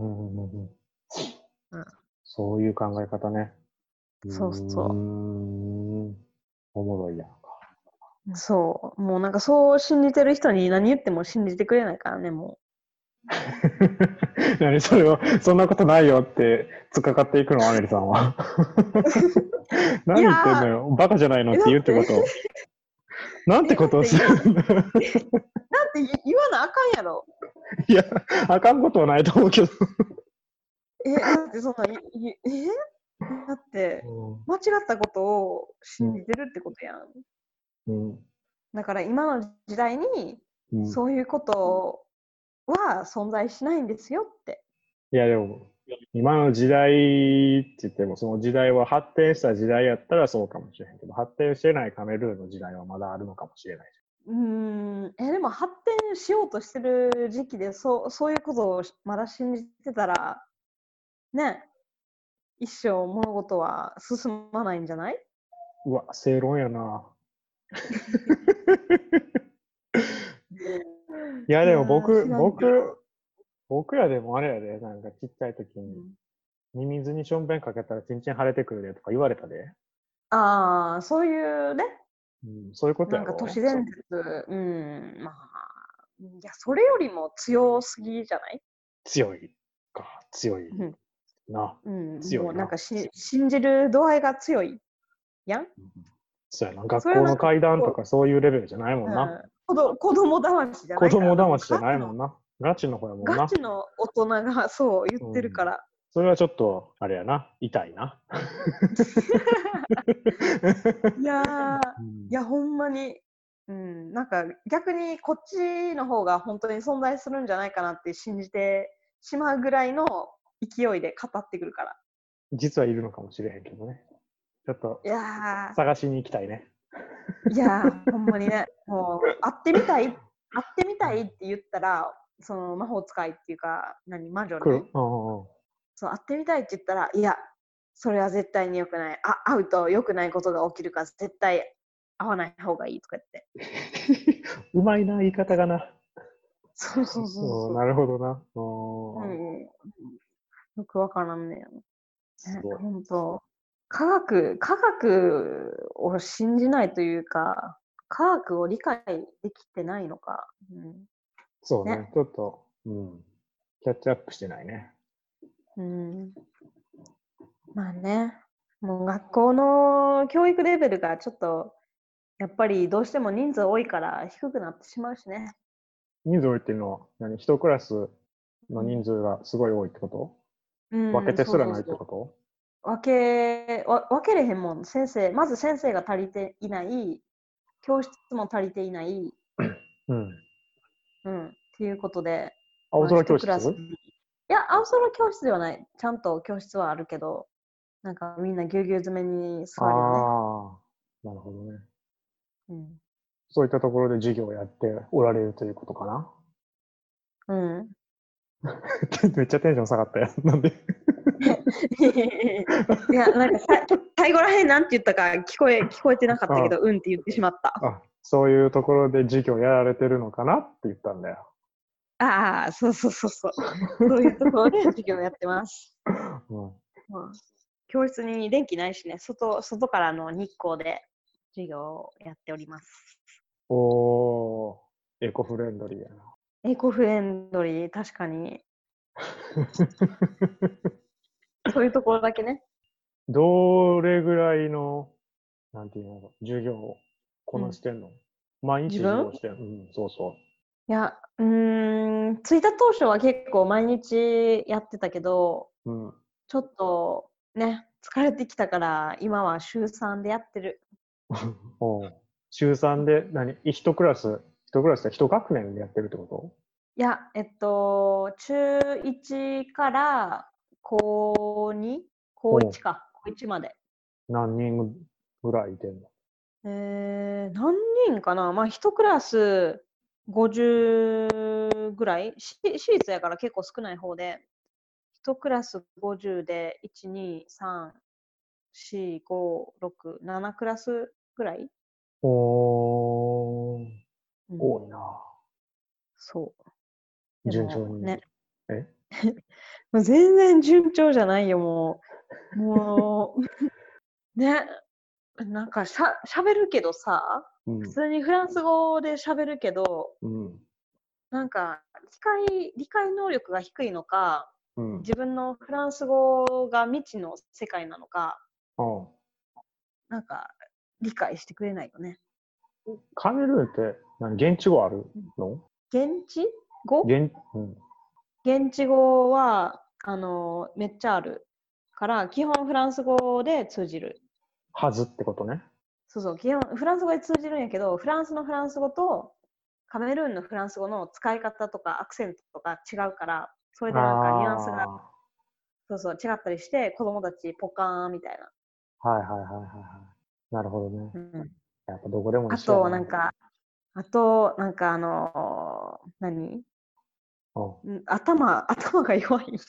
そういう考え方ね。 そうそう。 おもろいやんか。 そう。もうなんかそう信じてる人に何言っても信じてくれないからね、もう。 何それを、そんなことないよって突っかかっていくの、アメリさんは。何言ってんのよ、バカじゃないのって言うってこと？なんてことをするんだ。なんて言わなあかんやろ。 いや、あかんことはないと思うけど。 だってそんな、だって間違ったことを信じてるってことやん。だから今の時代にそういうことは存在しないんですよって。 いやでも今の時代って言ってもその時代は発展した時代やったらそうかもしれへんけど、発展してないカメルーンの時代はまだあるのかもしれない。 でも発展しようとしてる時期でそういうことをまだ信じてたらね、一生物事は進まないんじゃない？ うわ、正論やな。いやでも僕らでもあれやで、なんかちっちゃい時に、ミミズにしょんべんかけたらちんちん腫れてくるでとか言われたで。 そういうね。 そういうことやろ。 なんか都市伝説、まあ、いや、それよりも強すぎじゃない？ 強いか、強いな。強いな。 もうなんか信じる度合いが強いやん。 そうやな。学校の階段とかそういうレベルじゃないもんな。 子供騙しじゃないから。 子供騙しじゃないもんな。ガチの方やもんな。 ガチの大人がそう言ってるから。 それはちょっと、あれやな、痛いな。 いやー、 うん、 いや、ほんまに、なんか逆にこっちの方が本当に存在するんじゃないかなって信じてしまうぐらいの勢いで語ってくるから。 実はいるのかもしれへんけどね。ちょっといや探しに行きたいね。 ほんまにね、もう会ってみたいって言ったら、その魔法使いっていうか、魔女ね。そう、会ってみたいって言ったら、いや、それは絶対に良くない。会うと良くないことが起きるから絶対会わない方がいいとか言って。 うまいな、言い方がな。 そうそうそうそう。 なるほどな。 よくわからんね。 すごい。 本当。科学を信じないというか、科学を理解できてないのか。 そうね、ちょっと、キャッチアップしてないね。 まあね、もう学校の教育レベルがちょっと、やっぱりどうしても人数多いから低くなってしまうしね。 人数多いっていうのは一クラスの人数がすごい多いってこと、分けてすらないってこと、 分けれへんもん。まず先生が足りていない、教室も足りていない、っていうことで、 青空教室？ いや、青空教室ではない。ちゃんと教室はあるけど、なんかみんなぎゅうぎゅう詰めに座るよね。 なるほどね。 そういったところで授業をやっておられるということかな。めっちゃテンション下がったよ。なんでいや、なんか最後らへんなんて言ったか聞こえてなかったけど、って言ってしまった。 そういうところで授業やられてるのかなって言ったんだよ。 そう。そういうところで授業やってます。教室に電気ないしね、外からの日光で授業をやっております。 エコフレンドリーやな。 エコフレンドリー、確かに。そういうところだけね。 どれぐらいの、なんていうの、授業をこなしてんの？毎日授業してんの？そうそう。 いや、着いた当初は結構毎日やってたけど、ちょっとね、疲れてきたから、今は週3でやってる。 週3で1クラスで1学年でやってるってこと？ いや、中1から高2、高1まで。 何人ぐらいいてんの？ 何人かな、まあ1クラス50ぐらい、私立やから結構少ない方で、1クラス50で、1、2、3、4、5、6、7クラスぐらい。 多いな。 そう。 順調に。 ね。もう全然順調じゃないよ、もう。ね。なんか喋るけどさ、普通にフランス語で喋るけど、なんか理解能力が低いのか、自分のフランス語が未知の世界なのか、なんか理解してくれないよね。 カメルーンって現地語あるの？ 現地語？現地語はめっちゃあるから基本フランス語で通じるはずってことね。 そう基本フランス語で通じるんやけど、フランスのフランス語とカメルーンのフランス語の使い方とかアクセントとか違うから、それでなんかニュアンスが違ったりして子供たちポカーンみたいな。 なるほどね。やっぱどこでも一緒やな。 あとなんか何？頭が弱い。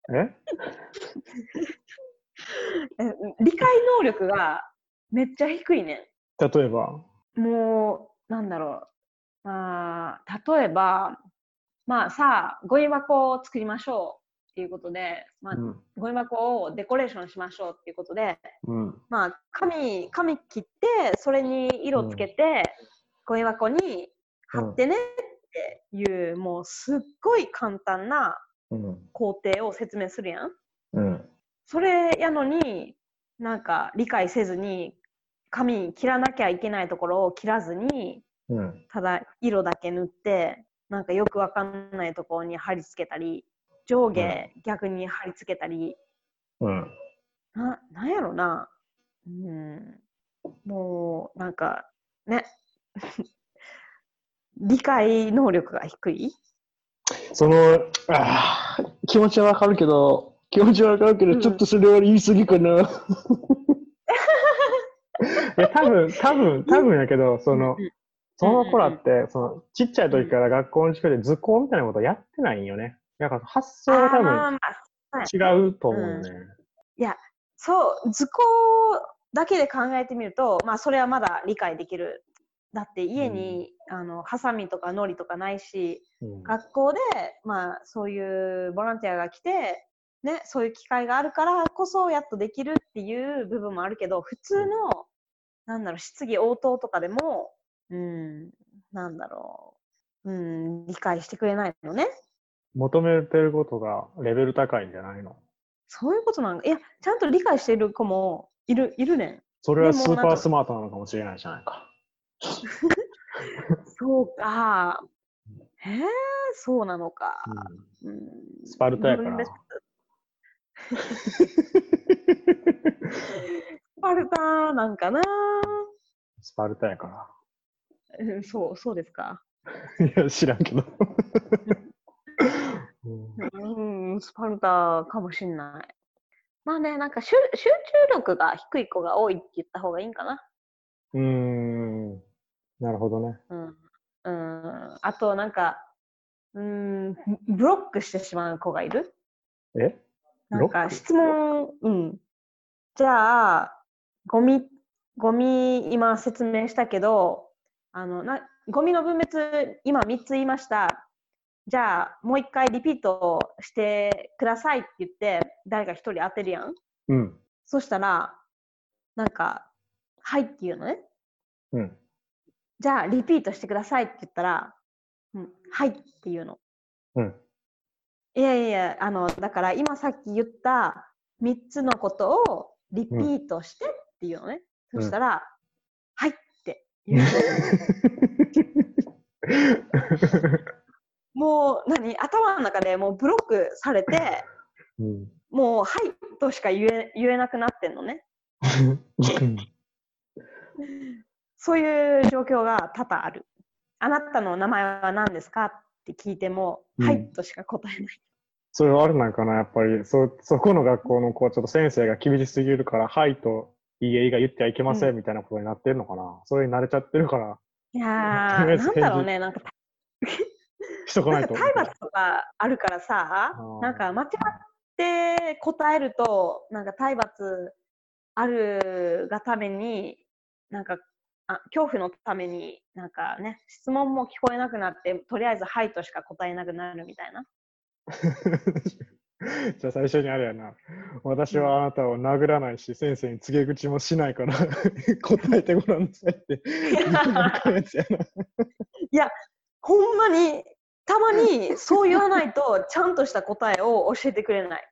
理解能力がめっちゃ低いね。 例えば？ もうなんだろう。例えばさあゴミ箱を作りましょうっていうことで、ゴミ箱をデコレーションしましょうっていうことで、紙切ってそれに色つけて、ゴミ箱に貼ってねっていう、もうすっごい簡単な工程を説明するやん。それやのになんか理解せずに、紙切らなきゃいけないところを切らずに、ただ色だけ塗ってなんかよくわかんないところに貼り付けたり、上下逆に貼り付けたり、 うん。 なんやろな。もう、なんか、ね、理解能力が低い。 その、気持ちはわかるけど、ちょっうん。 とそれは言い過ぎかな。いや、多分やけど、 うんうんその子らうんって、ちっちゃいうんうん。 時から学校の授業で図工みたいなことやってないんよね。だから発想が多分ああ、まあ、そうや違ね。 うと思うようん。 ね。 いや、そう、図工だけで考えてみると、まあ、それはまだ理解できる。だってうん。 家にハサミとかノリとかないし、 うん。 学校で、まあ、そういうボランティアが来て、ね、そういう機会があるからこそやっとできるっていう部分もあるけど、普通の、なんだろう、質疑応答とかでも、なんだろう、理解してくれないのね。 求めてることがレベル高いんじゃないの？ そういうことなんか。いや、ちゃんと理解している子もいるねん。 それはでスーパーもなんか、 スマートなのかもしれないじゃないか。 そうか。へえ、そうなのか。 うん。 うん、 スパルタやか分別、 ら。 スパルタなんかな。 スパルタやかそうですか。 ら。いや、知らんけど。うんスパルタかもしんない。まあね、なんか集中力が低い子が多いって言った方がいいんかな。 うーん。なるほどね。 うん。あとなんか、ブロックしてしまう子がいる。 えなんロック？ か質問、じゃあ、ゴミ、ゴミ今説明したけど、ゴミの分別今3つ言いました。じゃあ、もう一回リピートしてくださいって言って、誰か一人当てるやん。 うん。 そしたら、なんか、はいって言うのね。 うん。 じゃあ、リピートしてくださいって言ったら、はいって言うの。 うん。 いやいや、だから今さっき言った3つのことをリうん。 ピートしてっていうのね。そうん。 したら、はいって言うの。もう頭の中でもうブロックされて、 うん。 もうはいとしか言えなくなってんのね。そういう状況が多々ある。あなたの名前は何ですかって聞いても、 うん。 はいとしか答えない。 それはあれなんかな、やっぱり、そこの学校の子はちょっと先生が厳しすぎるから、はいといいえが言ってはいけませんみたいなことになってるのかな。それに慣れちゃってるから、 いとりあえやー、 ず返事しとかないと、みたいな。 体罰とかあるからさ、 あなんか間違ーって答えると、なんか体罰あるがために、なんか、恐怖のために、なんかね、質問も聞こえなくなって、とりあえずはいとしか答えなくなるみたいな。 じゃあ最初にあれやな。私うん、 はあなたを殴らないし、先生に告げ口もしないから答えてごらんなさいって言わなあかんやつやな。 いや、ほんまに、たまにそう言わないと、ちゃんとした答えを教えてくれない。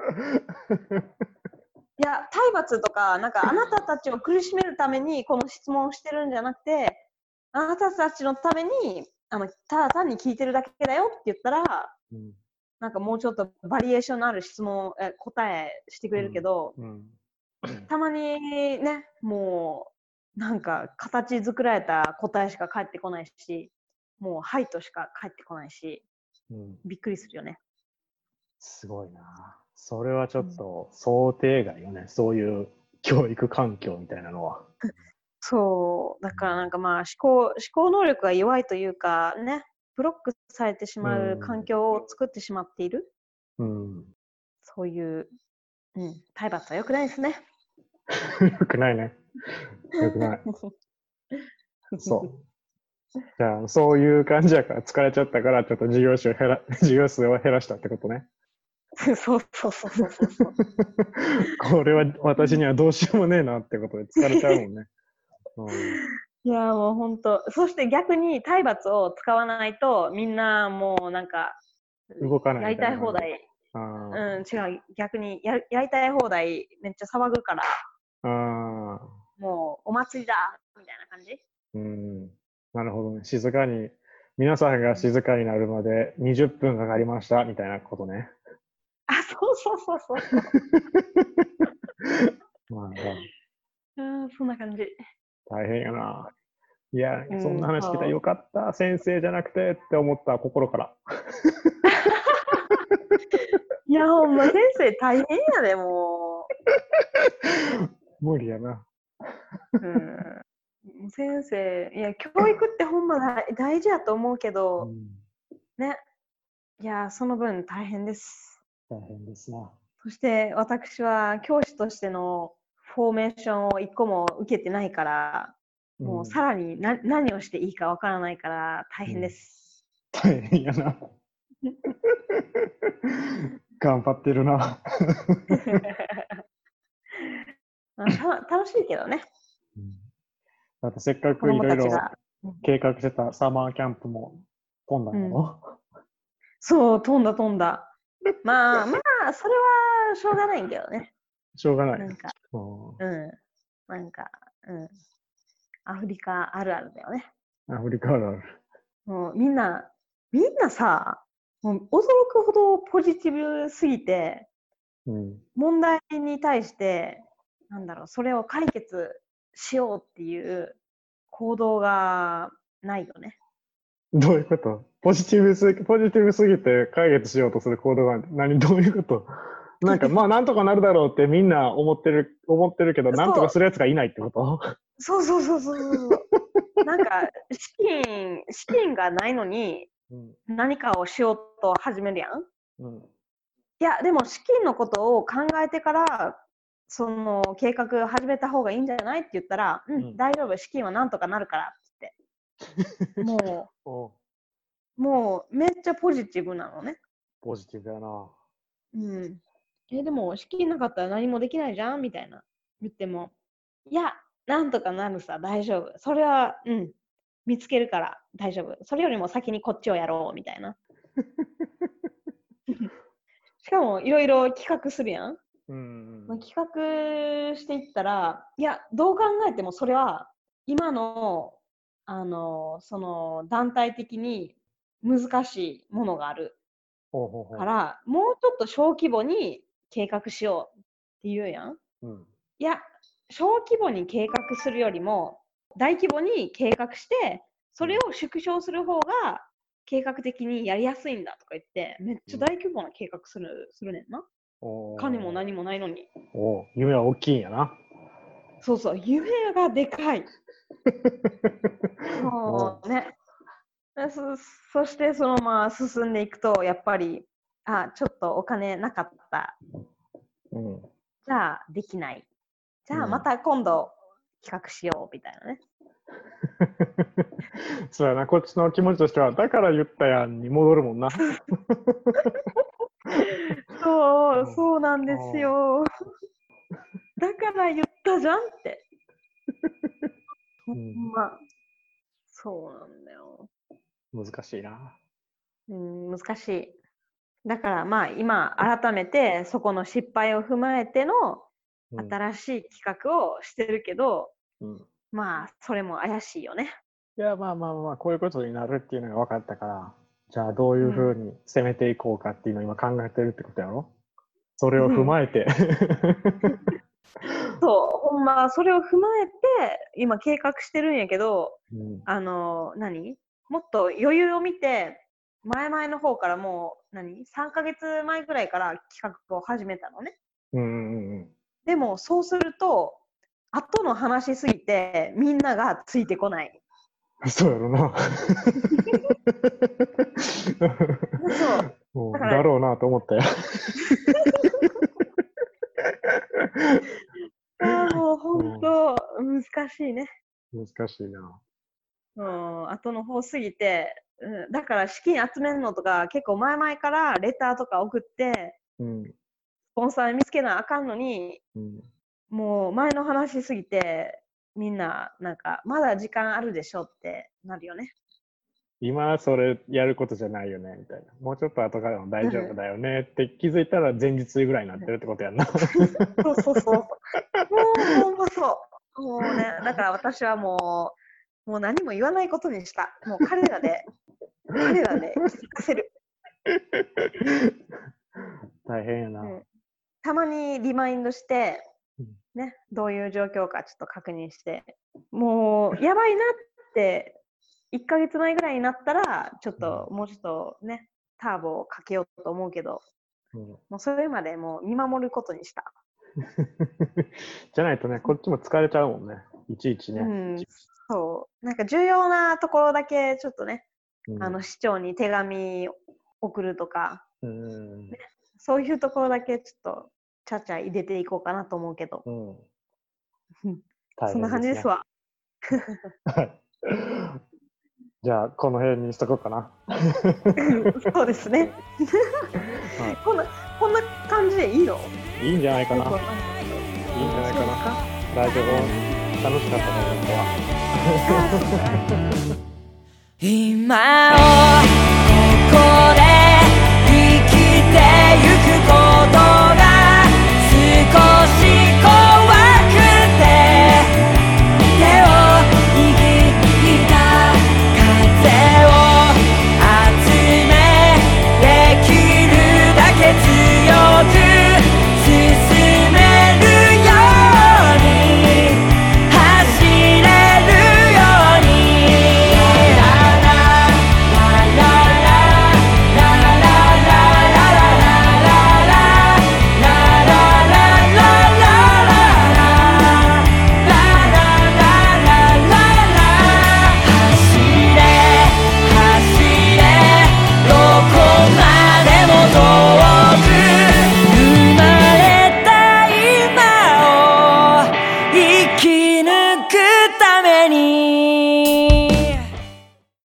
いや、体罰とか、なんかあなたたちを苦しめるためにこの質問をしてるんじゃなくて、あなたたちのために、ただ単に聞いてるだけだよって言ったら、 うん。 なんかもうちょっとバリエーションのある質問、答えしてくれるけうん。 ど、 うん。 たまにね、もう、なんか形作られた答えしか返ってこないし、もう、はいとしか返ってこないし、 うん。 びっくりするよね。 すごいな。それはちょうん、 っと想定外よね。そういう教育環境みたいなのは。 そう、だからなんかまあ思考能力が弱いというかね、ブロックされてしうまう環ん。 境を作ってしまっている、 うん。 そういう、体罰は良くないですね。 よくないね。よくない。そう。じゃあ、そういう感じやから疲れちゃったから、ちょっと授業数を減らしたってことね。 そうそうそうそうそうそう。 これは私にはどうしようもねえなってことで疲れちゃうもんね。うん。 いやもう本当。そして逆に体罰を使わないとみんなもうなんか動かないやりたみたいな感じ。 い放題、 あ違う、逆にやりたい放題めっちゃ騒ぐから、 あ。ああ。 もうお祭りだみたいな感じ。 うん。なるほどね。静かに、皆さんがうん、 静かになるまで20分かかりましたみたいなことね。 そうそうそう。 まあ、 そんな感じ。 大変やな。いや、 うんそんな話聞いたらそうよかった。先生じゃなくてって思った心から。 いや、ほんま先生大変やで、も無理やな。 う。先生、いや、教育ってほんま大事やと思うけど、ね。いや、その分大変です。 大変ですな。 そして私は教師としてのフォーメーションを一個も受けてないから、もうさらに何をしていいかわからないから大変です。 大変やな。頑張ってるな。 楽しいけどね。 だってせっか子供くいろいろたちが。 計画してたサマーキャンプも飛んだんやろ、 そう、飛んだ。まあ、それはしょうがないけどね。 しょうがない。 なんか、なんか、アフリカあるあるだよね。 アフリカあるある。 もうみんなさ、もう驚くほどポジティブすぎて、問題に対して、それを解決しようっていう行動がないよね。 どういうこと？ポジティブすぎて解決しようとする行動がどういうこと？なんかまあなんとかなるだろうってみんな思ってるけど、なんとかするやつがいないってこと？ そう。なんか資金がないのに何かをしようと始めるやん。いや、でも資金のことを考えてからその計画始めた方がいいんじゃないって言ったら、大丈夫、資金はなんとかなるからって言って。もうめっちゃポジティブなのね。 ポジティブやな。 でも資金なかったら何もできないじゃんみたいな言っても、いや、なんとかなるさ、大丈夫。それは、見つけるから大丈夫。それよりも先にこっちをやろうみたいな。しかもいろいろ企画するやん。企画していったら、いや、どう考えてもそれは今の、その団体的に難しいものがあるから、もうちょっと小規模に計画しようって言うやん。いや、小規模に計画するよりも大規模に計画してそれを縮小する方が計画的にやりやすいんだとか言ってめっちゃ大規模な計画するねんな。金も何もないのに。 夢は大きいんやな。 そう、夢がでかい。そうね。そしてそのまま進んでいくとやっぱりちょっとお金なかった。じゃあできない。じゃあまた今度企画しようみたいなね。 そうやな、こっちの気持ちとしてはだから言ったやんに戻るもんな。 そうなんですよ。だから言ったじゃんって。そうなんだよ。 難しいな。 難しい。だからまあ今改めてそこの失敗を踏まえての新しい企画をしてるけど、まあそれも怪しいよね。 いやまあこういうことになるっていうのが分かったから、じゃあどういうふうに攻めていこうかっていうのを今考えてるってことやろ。それを踏まえて、 そうほんまそれを踏まえて今計画してるんやけど、もっと余裕を見て前の方からもう3ヶ月前ぐらいから企画を始めたのね。でもそうすると後の話しすぎてみんながついてこない。 そうやろな。そうだろうなと思ったよ。 もう本当難しいね。 難しいな。 後の方すぎて、だから資金集めるのとか結構前々からレターとか送って、スポンサー見つけなあかんのに、もう前の話すぎてみんななんかまだ時間あるでしょってなるよね。 今それやることじゃないよねみたいな。もうちょっと後からも大丈夫だよねって気づいたら前日ぐらいになってるってことやんな。そう。 もうほんまそう。もうね、だから私はもう何も言わないことにした。もう彼らで気づかせる。 大変やな。 たまにリマインドして、 うんね、どういう状況かちょっと確認して、もうやばいなって1ヶ月前ぐらいになったら、ちょっともうちょっとね、ターボをかけようと思うけど、もうそれまでもう見守ることにした。 じゃないとね、こっちも疲れちゃうもんね。いちいちね。 そう。なんか重要なところだけちょっとね、 うん、 市長に手紙送るとか、 うんね、そういうところだけちょっとちゃちゃ入れていこうかなと思うけど。そんな感じですわ。 じゃあ、この辺にしとこうかな。 そうですね。はい、こんな感じでいいの？ いいんじゃないかな。いいんじゃないかな。大丈夫。楽しかったね、今日は。